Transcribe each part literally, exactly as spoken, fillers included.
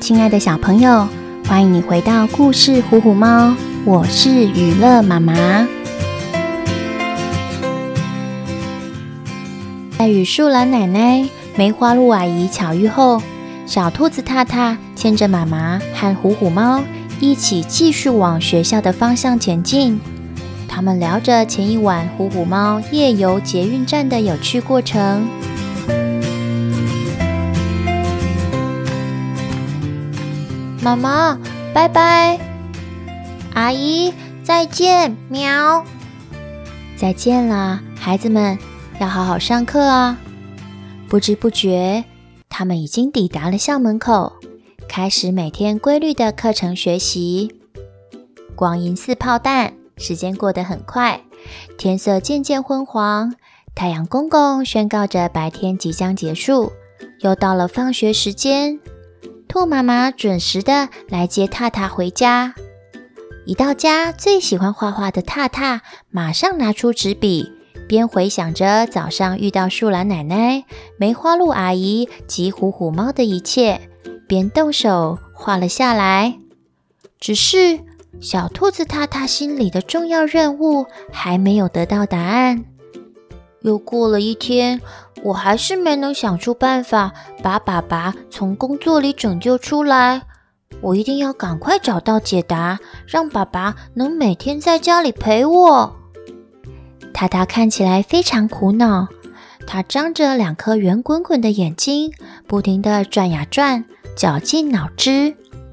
亲爱的小朋友，欢迎你回到故事虎虎猫，我是娱乐妈妈。在与树懒奶奶、梅花鹿阿姨巧遇后，小兔子踏踏牵着妈妈和虎虎猫一起继续往学校的方向前进。他们聊着前一晚虎虎猫夜游捷运站的有趣过程。妈妈，拜拜。阿姨，再见，喵。再见啦，孩子们，要好好上课啊。不知不觉，他们已经抵达了校门口，开始每天规律的课程学习。光阴似炮弹，时间过得很快，天色渐渐昏黄，太阳公公宣告着白天即将结束，又到了放学时间。兔妈妈准时的来接踏踏回家。一到家，最喜欢画画的踏踏马上拿出纸笔，边回想着早上遇到树懒奶奶、梅花鹿阿姨及虎虎猫的一切，边动手画了下来。只是小兔子踏踏心里的重要任务还没有得到答案。又过了一天，我还是没能想出办法把爸爸从工作里拯救出来。我一定要赶快找到解答，让爸爸能每天在家里陪我。踏踏看起来非常苦恼，他张着两颗圆滚滚的眼睛，不停地转呀转，绞尽脑汁。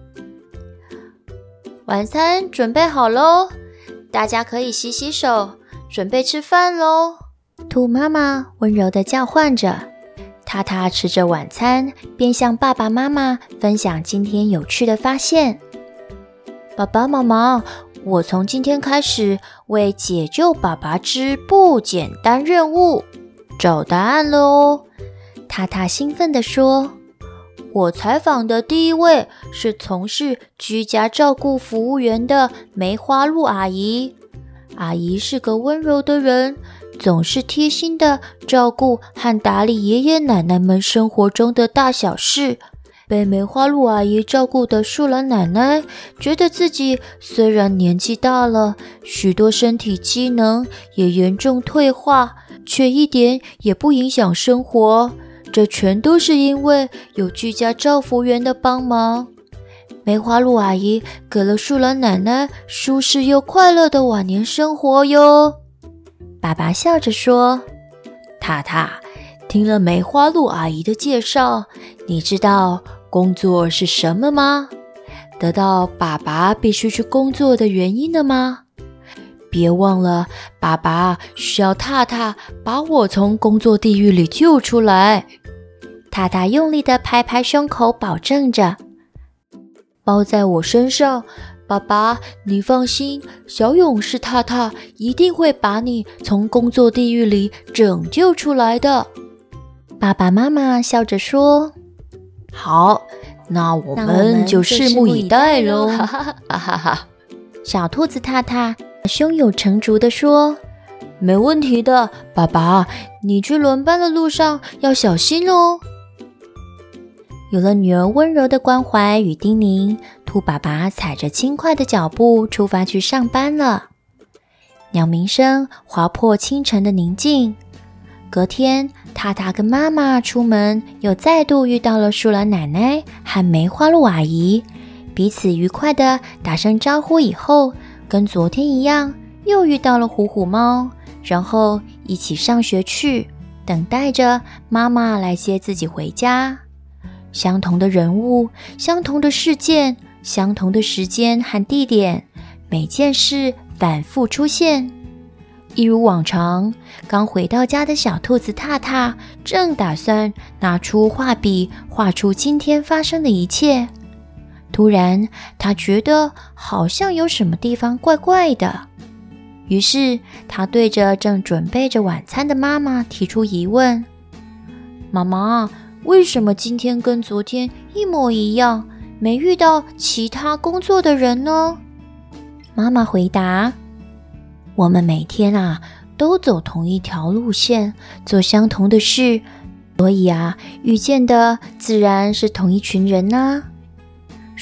晚餐准备好咯，大家可以洗洗手，准备吃饭咯。兔妈妈温柔地叫唤着，踏踏吃着晚餐，边向爸爸妈妈分享今天有趣的发现。爸爸妈妈，我从今天开始为解救爸爸之不简单任务找答案了哦。踏踏兴奋地说，我采访的第一位是从事居家照顾服务员的梅花鹿阿姨。阿姨是个温柔的人，总是贴心的照顾和打理爷爷奶奶们生活中的大小事。被梅花鹿阿姨照顾的树懒奶奶觉得自己虽然年纪大了，许多身体机能也严重退化，却一点也不影响生活。这全都是因为有居家照服员的帮忙。梅花鹿阿姨给了树懒奶奶舒适又快乐的晚年生活哟。爸爸笑着说，踏踏，听了梅花鹿阿姨的介绍，你知道工作是什么吗？得到爸爸必须去工作的原因了吗？别忘了，爸爸需要踏踏把我从工作地狱里救出来。踏踏用力地拍拍胸口，保证着，包在我身上，爸爸，你放心，小勇士踏踏一定会把你从工作地狱里拯救出来的。爸爸妈妈笑着说，好，那我们就拭目以待咯。哈哈哈哈哈！小兔子踏踏胸有成竹地说，没问题的，爸爸，你去轮班的路上要小心哦。有了女儿温柔的关怀与叮咛，兔爸爸踩着轻快的脚步出发去上班了。鸟鸣声划破清晨的宁静。隔天，踏踏跟妈妈出门，又再度遇到了树懒奶奶和梅花鹿阿姨，彼此愉快地打声招呼以后，跟昨天一样，又遇到了虎虎猫，然后一起上学去，等待着妈妈来接自己回家。相同的人物，相同的事件，相同的时间和地点，每件事反复出现。一如往常，刚回到家的小兔子踏踏正打算拿出画笔画出今天发生的一切，突然他觉得好像有什么地方怪怪的，于是他对着正准备着晚餐的妈妈提出疑问，妈妈，为什么今天跟昨天一模一样，没遇到其他工作的人呢？妈妈回答，我们每天啊都走同一条路线，做相同的事，所以啊遇见的自然是同一群人啊。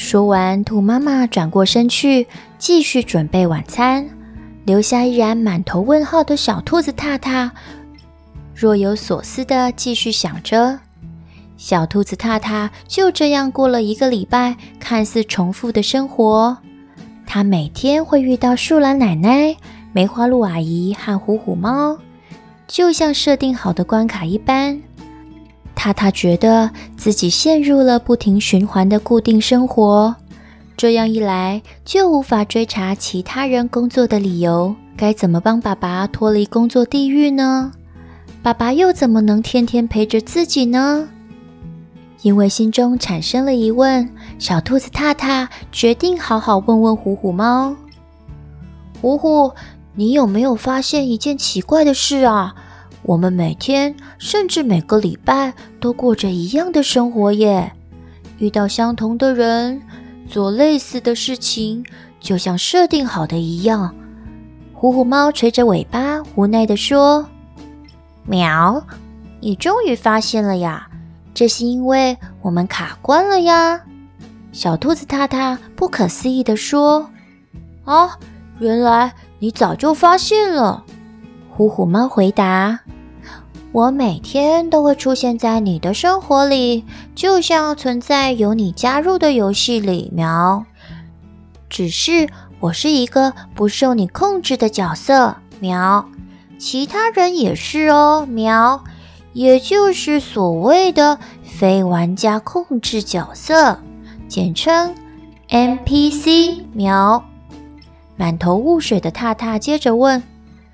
说完，兔妈妈转过身去，继续准备晚餐，留下依然满头问号的小兔子踏踏，若有所思地继续想着。小兔子踏踏就这样过了一个礼拜，看似重复的生活。它每天会遇到树懒奶奶、梅花鹿阿姨和虎虎猫，就像设定好的关卡一般。踏踏觉得自己陷入了不停循环的固定生活，这样一来就无法追查其他人工作的理由。该怎么帮爸爸脱离工作地狱呢？爸爸又怎么能天天陪着自己呢？因为心中产生了疑问，小兔子踏踏决定好好问问虎虎猫。虎虎，你有没有发现一件奇怪的事啊？我们每天甚至每个礼拜都过着一样的生活耶，遇到相同的人，做类似的事情，就像设定好的一样。虎虎猫垂着尾巴无奈地说：喵，你终于发现了呀，这是因为我们卡关了呀。小兔子踏踏不可思议地说：啊，原来你早就发现了。虎虎猫回答：我每天都会出现在你的生活里，就像存在有你加入的游戏里，喵。只是我是一个不受你控制的角色，喵。其他人也是哦，喵。也就是所谓的非玩家控制角色，简称 N P C， 喵。满头雾水的踏踏接着问：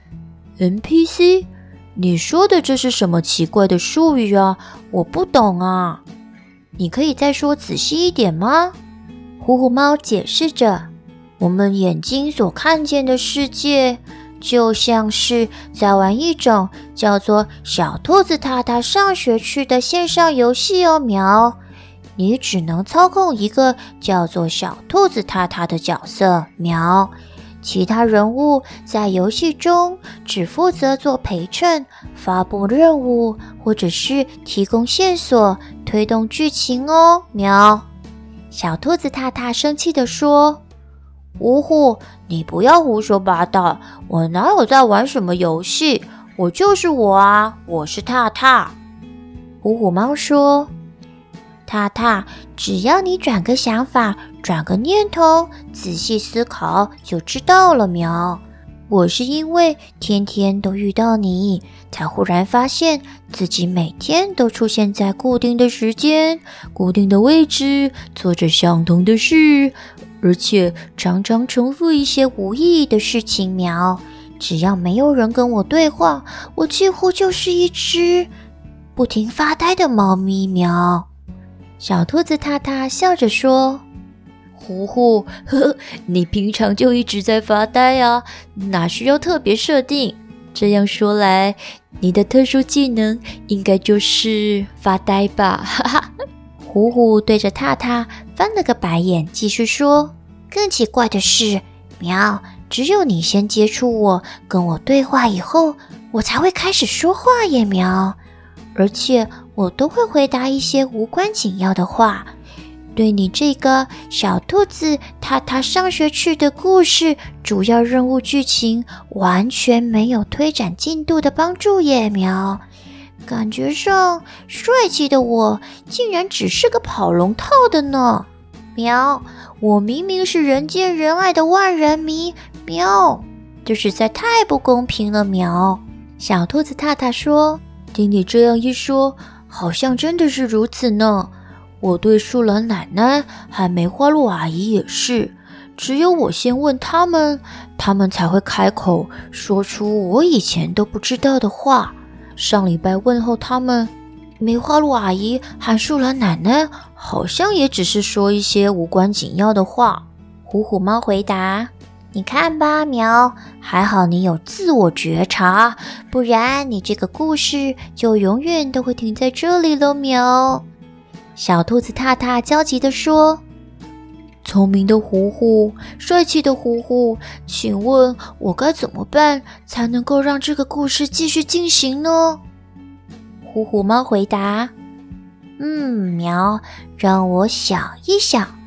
N P C？ 你说的这是什么奇怪的术语啊？我不懂啊，你可以再说仔细一点吗？虎虎猫解释着，我们眼睛所看见的世界就像是在玩一种叫做小兔子踏踏上学去的线上游戏哦，喵。你只能操控一个叫做小兔子踏踏的角色，喵。其他人物在游戏中只负责做陪衬、发布任务，或者是提供线索、推动剧情哦，喵。小兔子踏踏生气地说：呜呼，你不要胡说八道，我哪有在玩什么游戏？我就是我啊，我是踏踏。虎虎猫说：踏踏，只要你转个想法，转个念头，仔细思考就知道了，喵。我是因为天天都遇到你，才忽然发现自己每天都出现在固定的时间、固定的位置，做着相同的事，而且常常重复一些无意义的事情，喵。只要没有人跟我对话，我几乎就是一只不停发呆的猫咪，喵。小兔子踏踏笑着说：虎虎，呵呵，你平常就一直在发呆啊，哪需要特别设定？这样说来，你的特殊技能应该就是发呆吧，哈哈。虎虎对着踏踏翻了个白眼，继续说：更奇怪的是，喵，只有你先接触我，跟我对话以后，我才会开始说话耶，喵。而且我都会回答一些无关紧要的话，对你这个小兔子踏踏上学去的故事主要任务剧情完全没有推展进度的帮助耶，喵。感觉上帅气的我竟然只是个跑龙套的呢，喵。我明明是人见人爱的万人迷，喵。这实在太不公平了，喵。小兔子踏踏说：听你这样一说，好像真的是如此呢。我对树懒奶奶和梅花鹿阿姨也是，只有我先问他们，他们才会开口说出我以前都不知道的话。上礼拜问候他们，梅花鹿阿姨和树懒奶奶好像也只是说一些无关紧要的话。虎虎猫回答：你看吧，喵，还好你有自我觉察，不然你这个故事就永远都会停在这里了，喵。小兔子踏踏焦急地说：聪明的虎虎，帅气的虎虎，请问我该怎么办才能够让这个故事继续进行呢？虎虎猫回答：嗯，喵，让我想一想。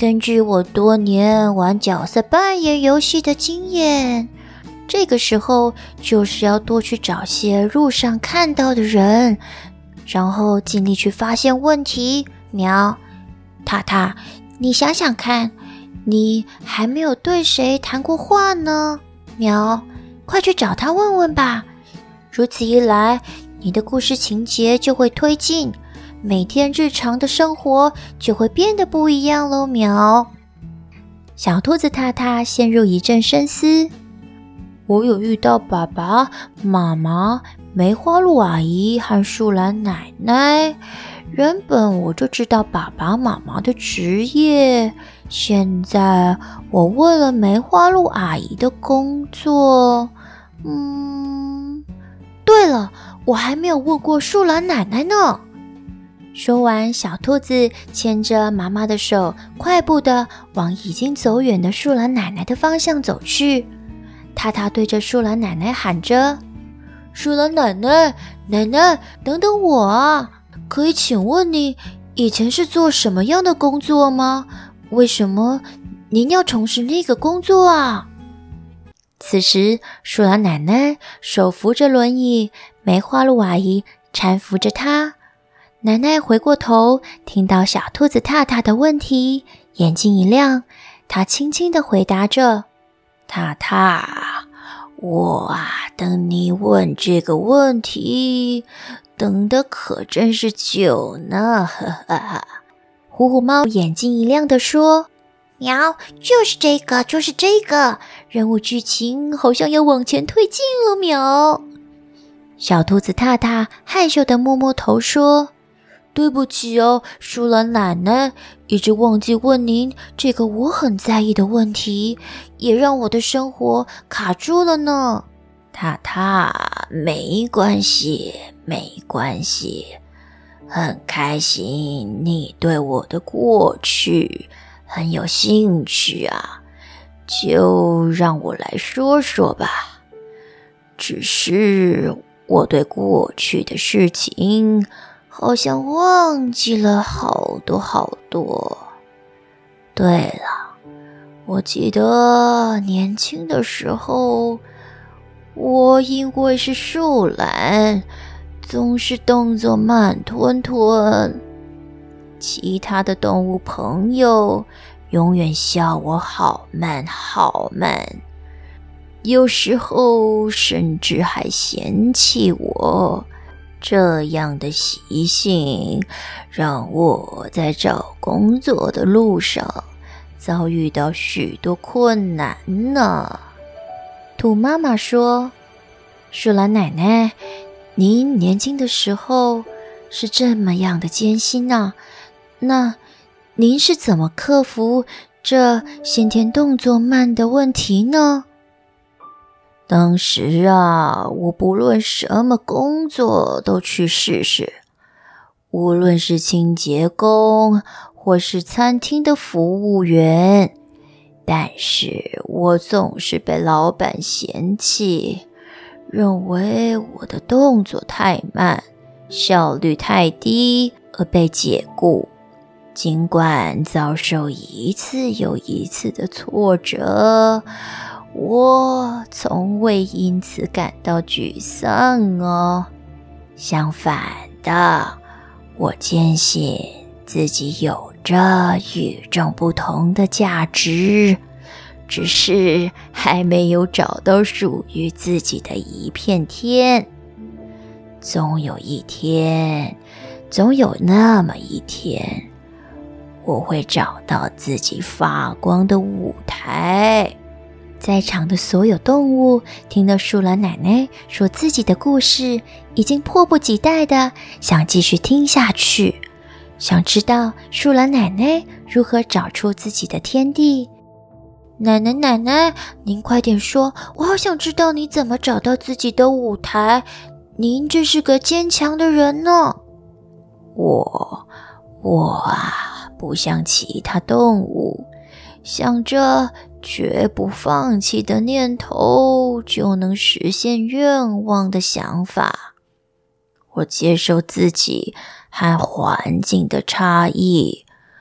根据我多年玩角色扮演游戏的经验，这个时候就是要多去找些路上看到的人，然后尽力去发现问题。喵，塔塔，你想想看，你还没有对谁谈过话呢？喵，快去找他问问吧。如此一来，你的故事情节就会推进，每天日常的生活就会变得不一样咯。喵。小兔子塔塔陷入一阵深思。我有遇到爸爸妈妈、梅花鹿阿姨和树懒奶奶，原本我就知道爸爸妈妈的职业，现在我问了梅花鹿阿姨的工作。嗯，对了，我还没有问过树懒奶奶呢。说完，小兔子牵着妈妈的手，快步地往已经走远的树懒奶奶的方向走去。塔塔对着树懒奶奶喊着：树懒奶奶，奶奶，等等我啊！可以请问你以前是做什么样的工作吗？为什么您要从事那个工作啊？此时，树懒奶奶手扶着轮椅，梅花鹿阿姨搀扶着她。奶奶回过头，听到小兔子塔塔的问题，眼睛一亮，她轻轻地回答着：塔塔，我啊，等你问这个问题，等得可真是久呢，呵呵呵。虎虎猫眼睛一亮地说：喵，就是这个，就是这个，人物剧情好像要往前推进了，喵。小兔子塔塔害羞地摸摸头说：对不起哦，树懒奶奶，一直忘记问您这个我很在意的问题，也让我的生活卡住了呢。塔塔，没关系，没关系，很开心你对我的过去很有兴趣啊，就让我来说说吧。只是我对过去的事情好像忘记了好多好多。对了，我记得年轻的时候，我因为是树懒，总是动作慢吞吞，其他的动物朋友永远笑我好慢好慢，有时候甚至还嫌弃我。这样的习性让我在找工作的路上遭遇到许多困难呢。兔妈妈说：树懒奶奶，您年轻的时候是这么样的艰辛啊，那您是怎么克服这先天动作慢的问题呢？当时啊，我不论什么工作都去试试，无论是清洁工或是餐厅的服务员，但是我总是被老板嫌弃，认为我的动作太慢，效率太低而被解雇。尽管遭受一次又一次的挫折，我从未因此感到沮丧哦。相反的，我坚信自己有着与众不同的价值，只是还没有找到属于自己的一片天。总有一天，总有那么一天，我会找到自己发光的舞台。在场的所有动物听到树懒奶奶说自己的故事，已经迫不及待的想继续听下去，想知道树懒奶奶如何找出自己的天地。奶奶奶奶，您快点说，我好想知道你怎么找到自己的舞台，您真是个坚强的人呢。我我啊，不像其他动物想着绝不放弃的念头就能实现愿望的想法。我接受自己和环境的差异，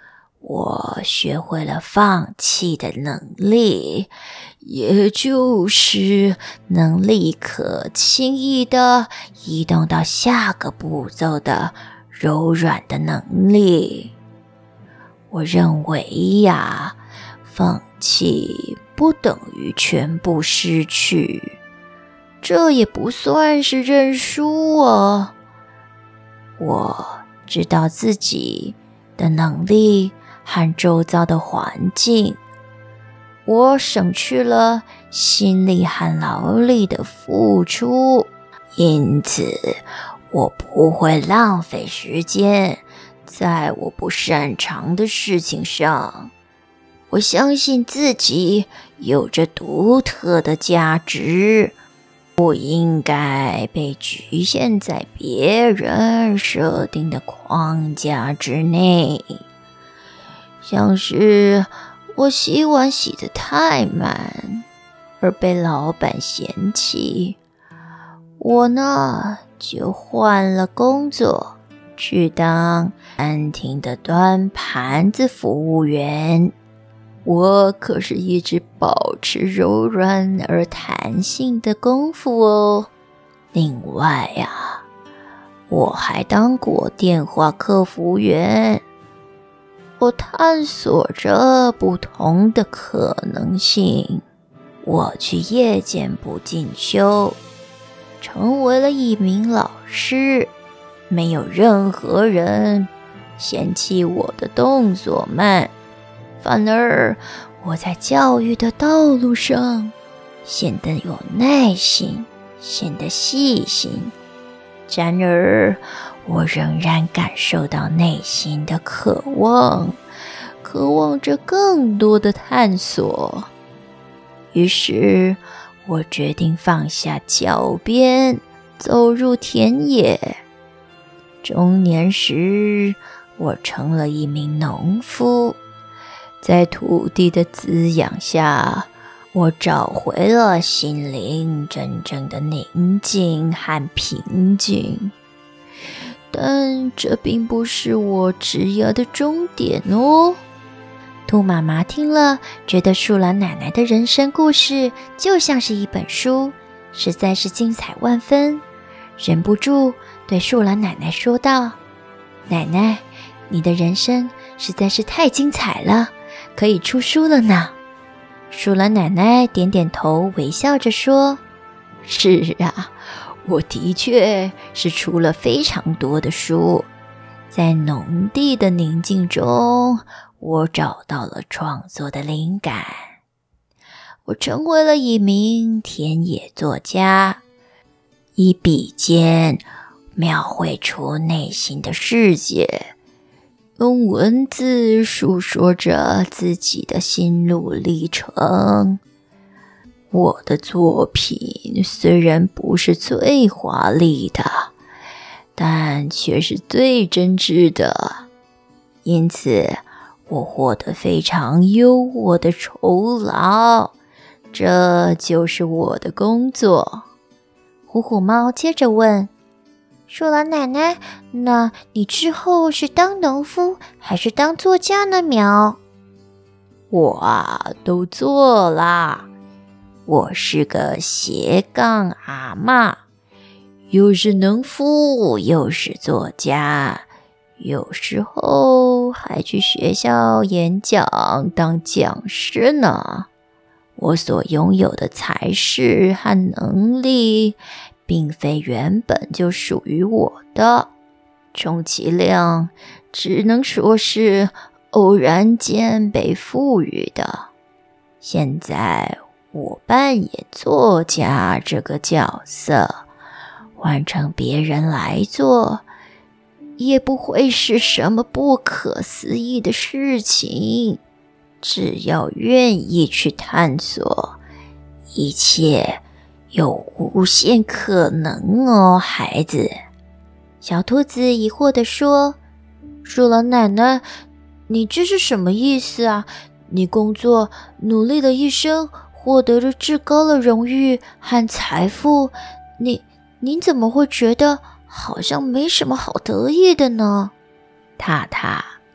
我学会了放弃的能力，也就是能立刻轻易地移动到下个步骤的柔软的能力。我认为呀，放弃不等于全部失去，这也不算是认输哦。我知道自己的能力和周遭的环境，我省去了心力和劳力的付出，因此我不会浪费时间在我不擅长的事情上。我相信自己有着独特的价值，不应该被局限在别人设定的框架之内。像是我洗碗洗得太慢，而被老板嫌弃，我呢就换了工作，去当餐厅的端盘子服务员。我可是一直保持柔软而弹性的功夫哦。另外呀，我还当过电话客服员。我探索着不同的可能性。我去夜间部进修，成为了一名老师。没有任何人嫌弃我的动作慢，反而我在教育的道路上显得有耐心，显得细心。然而我仍然感受到内心的渴望，渴望着更多的探索。于是我决定放下教鞭，走入田野。中年时，我成了一名农夫。在土地的滋养下，我找回了心灵真正的宁静和平静。但这并不是我职业的终点哦。兔妈妈听了，觉得树懒奶奶的人生故事就像是一本书，实在是精彩万分，忍不住对树懒奶奶说道：奶奶，你的人生实在是太精彩了，可以出书了呢。树懒奶奶点点头，微笑着说：是啊，我的确是出了非常多的书。在农地的宁静中，我找到了创作的灵感。我成为了一名田野作家，以笔尖描绘出内心的世界，用文字述说着自己的心路历程。我的作品虽然不是最华丽的，但却是最真挚的，因此我获得非常优渥的酬劳，这就是我的工作。虎虎猫接着问：树懒奶奶，那你之后是当农夫还是当作家呢？苗，我啊，都做啦。我是个斜杠阿嬷，又是农夫，又是作家，有时候还去学校演讲当讲师呢。我所拥有的才识和能力并非原本就属于我的，充其量只能说是偶然间被赋予的。现在我扮演作家这个角色，换成别人来做，也不会是什么不可思议的事情。只要愿意去探索，一切有无限可能哦，孩子。小兔子疑惑地说：树懒奶奶，你这是什么意思啊？你工作努力了一生，获得了至高的荣誉和财富，你您怎么会觉得好像没什么好得意的呢？塔塔，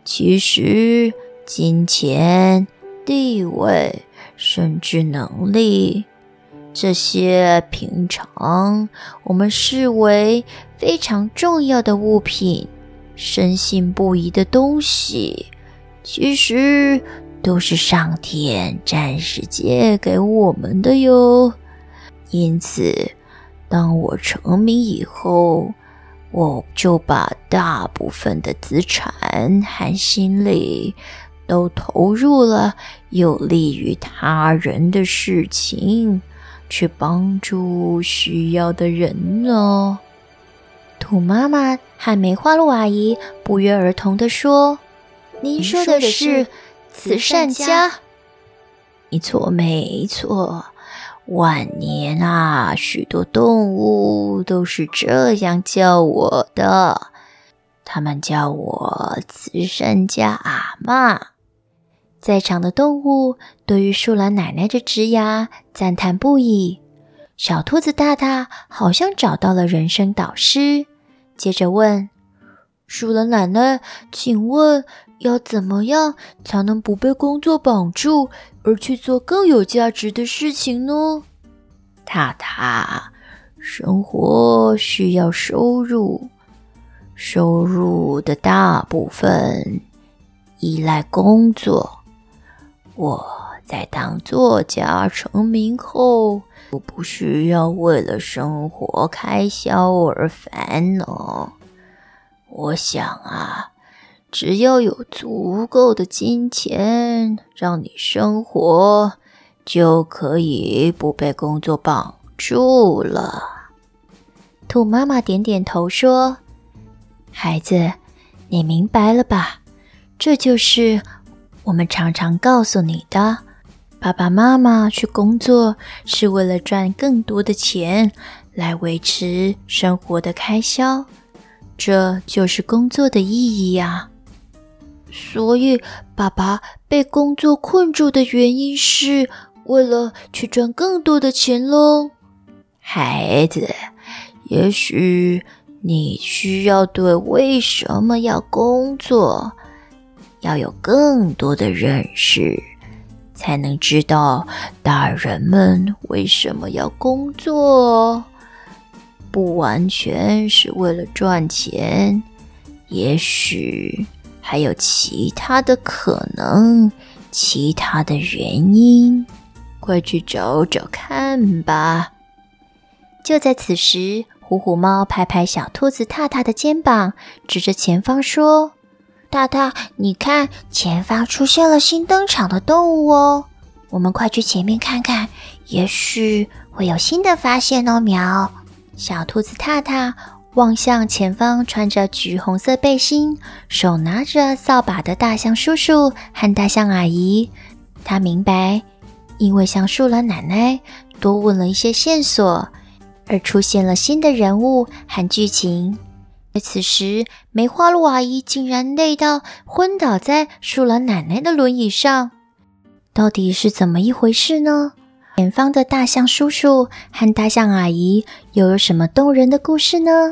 其实金钱、地位，甚至能力，这些平常我们视为非常重要的物品，深信不疑的东西，其实都是上天暂时借给我们的哟。因此，当我成名以后，我就把大部分的资产和心力都投入了有利于他人的事情，去帮助需要的人呢。兔妈妈和梅花鹿阿姨不约而同地说：您说的是慈善家？没错没错，万年啊，许多动物都是这样叫我的，他们叫我慈善家阿嬷。在场的动物对于树懒奶奶的职涯赞叹不已。小兔子大大好像找到了人生导师，接着问：树懒奶奶，请问要怎么样才能不被工作绑住，而去做更有价值的事情呢？塔塔，生活需要收入，收入的大部分依赖工作。我在当作家成名后，我不需要为了生活开销而烦恼。我想啊，只要有足够的金钱让你生活，就可以不被工作绑住了。兔妈妈点点头说：孩子，你明白了吧？这就是我们常常告诉你的，爸爸妈妈去工作是为了赚更多的钱来维持生活的开销，这就是工作的意义啊。所以爸爸被工作困住的原因是为了去赚更多的钱咯。孩子，也许你需要对为什么要工作要有更多的认识，才能知道大人们为什么要工作。不完全是为了赚钱，也许还有其他的可能，其他的原因，快去找找看吧。就在此时，虎虎猫拍拍小兔子踏踏的肩膀，指着前方说：大大，你看，前方出现了新登场的动物哦，我们快去前面看看，也许会有新的发现哦。喵！小兔子踏踏望向前方穿着橘红色背心，手拿着扫把的大象叔叔和大象阿姨。他明白，因为向树懒奶奶多问了一些线索，而出现了新的人物和剧情。此时，梅花鹿阿姨竟然累到昏倒在树懒奶奶的轮椅上，到底是怎么一回事呢？前方的大象叔叔和大象阿姨又有什么动人的故事呢？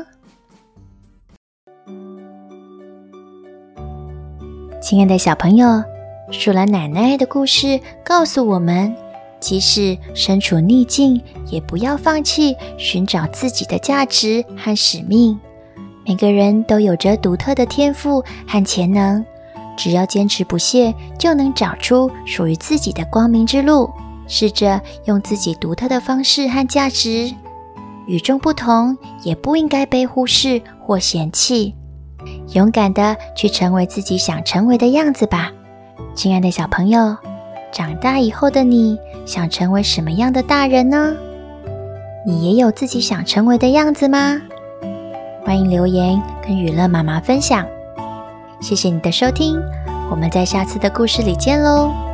亲爱的小朋友，树懒奶奶的故事告诉我们，即使身处逆境，也不要放弃寻找自己的价值和使命。每个人都有着独特的天赋和潜能，只要坚持不懈，就能找出属于自己的光明之路。试着用自己独特的方式和价值，与众不同，也不应该被忽视或嫌弃。勇敢地去成为自己想成为的样子吧。亲爱的小朋友，长大以后的你想成为什么样的大人呢？你也有自己想成为的样子吗？欢迎留言跟雨乐妈妈分享。谢谢你的收听，我们在下次的故事里见喽。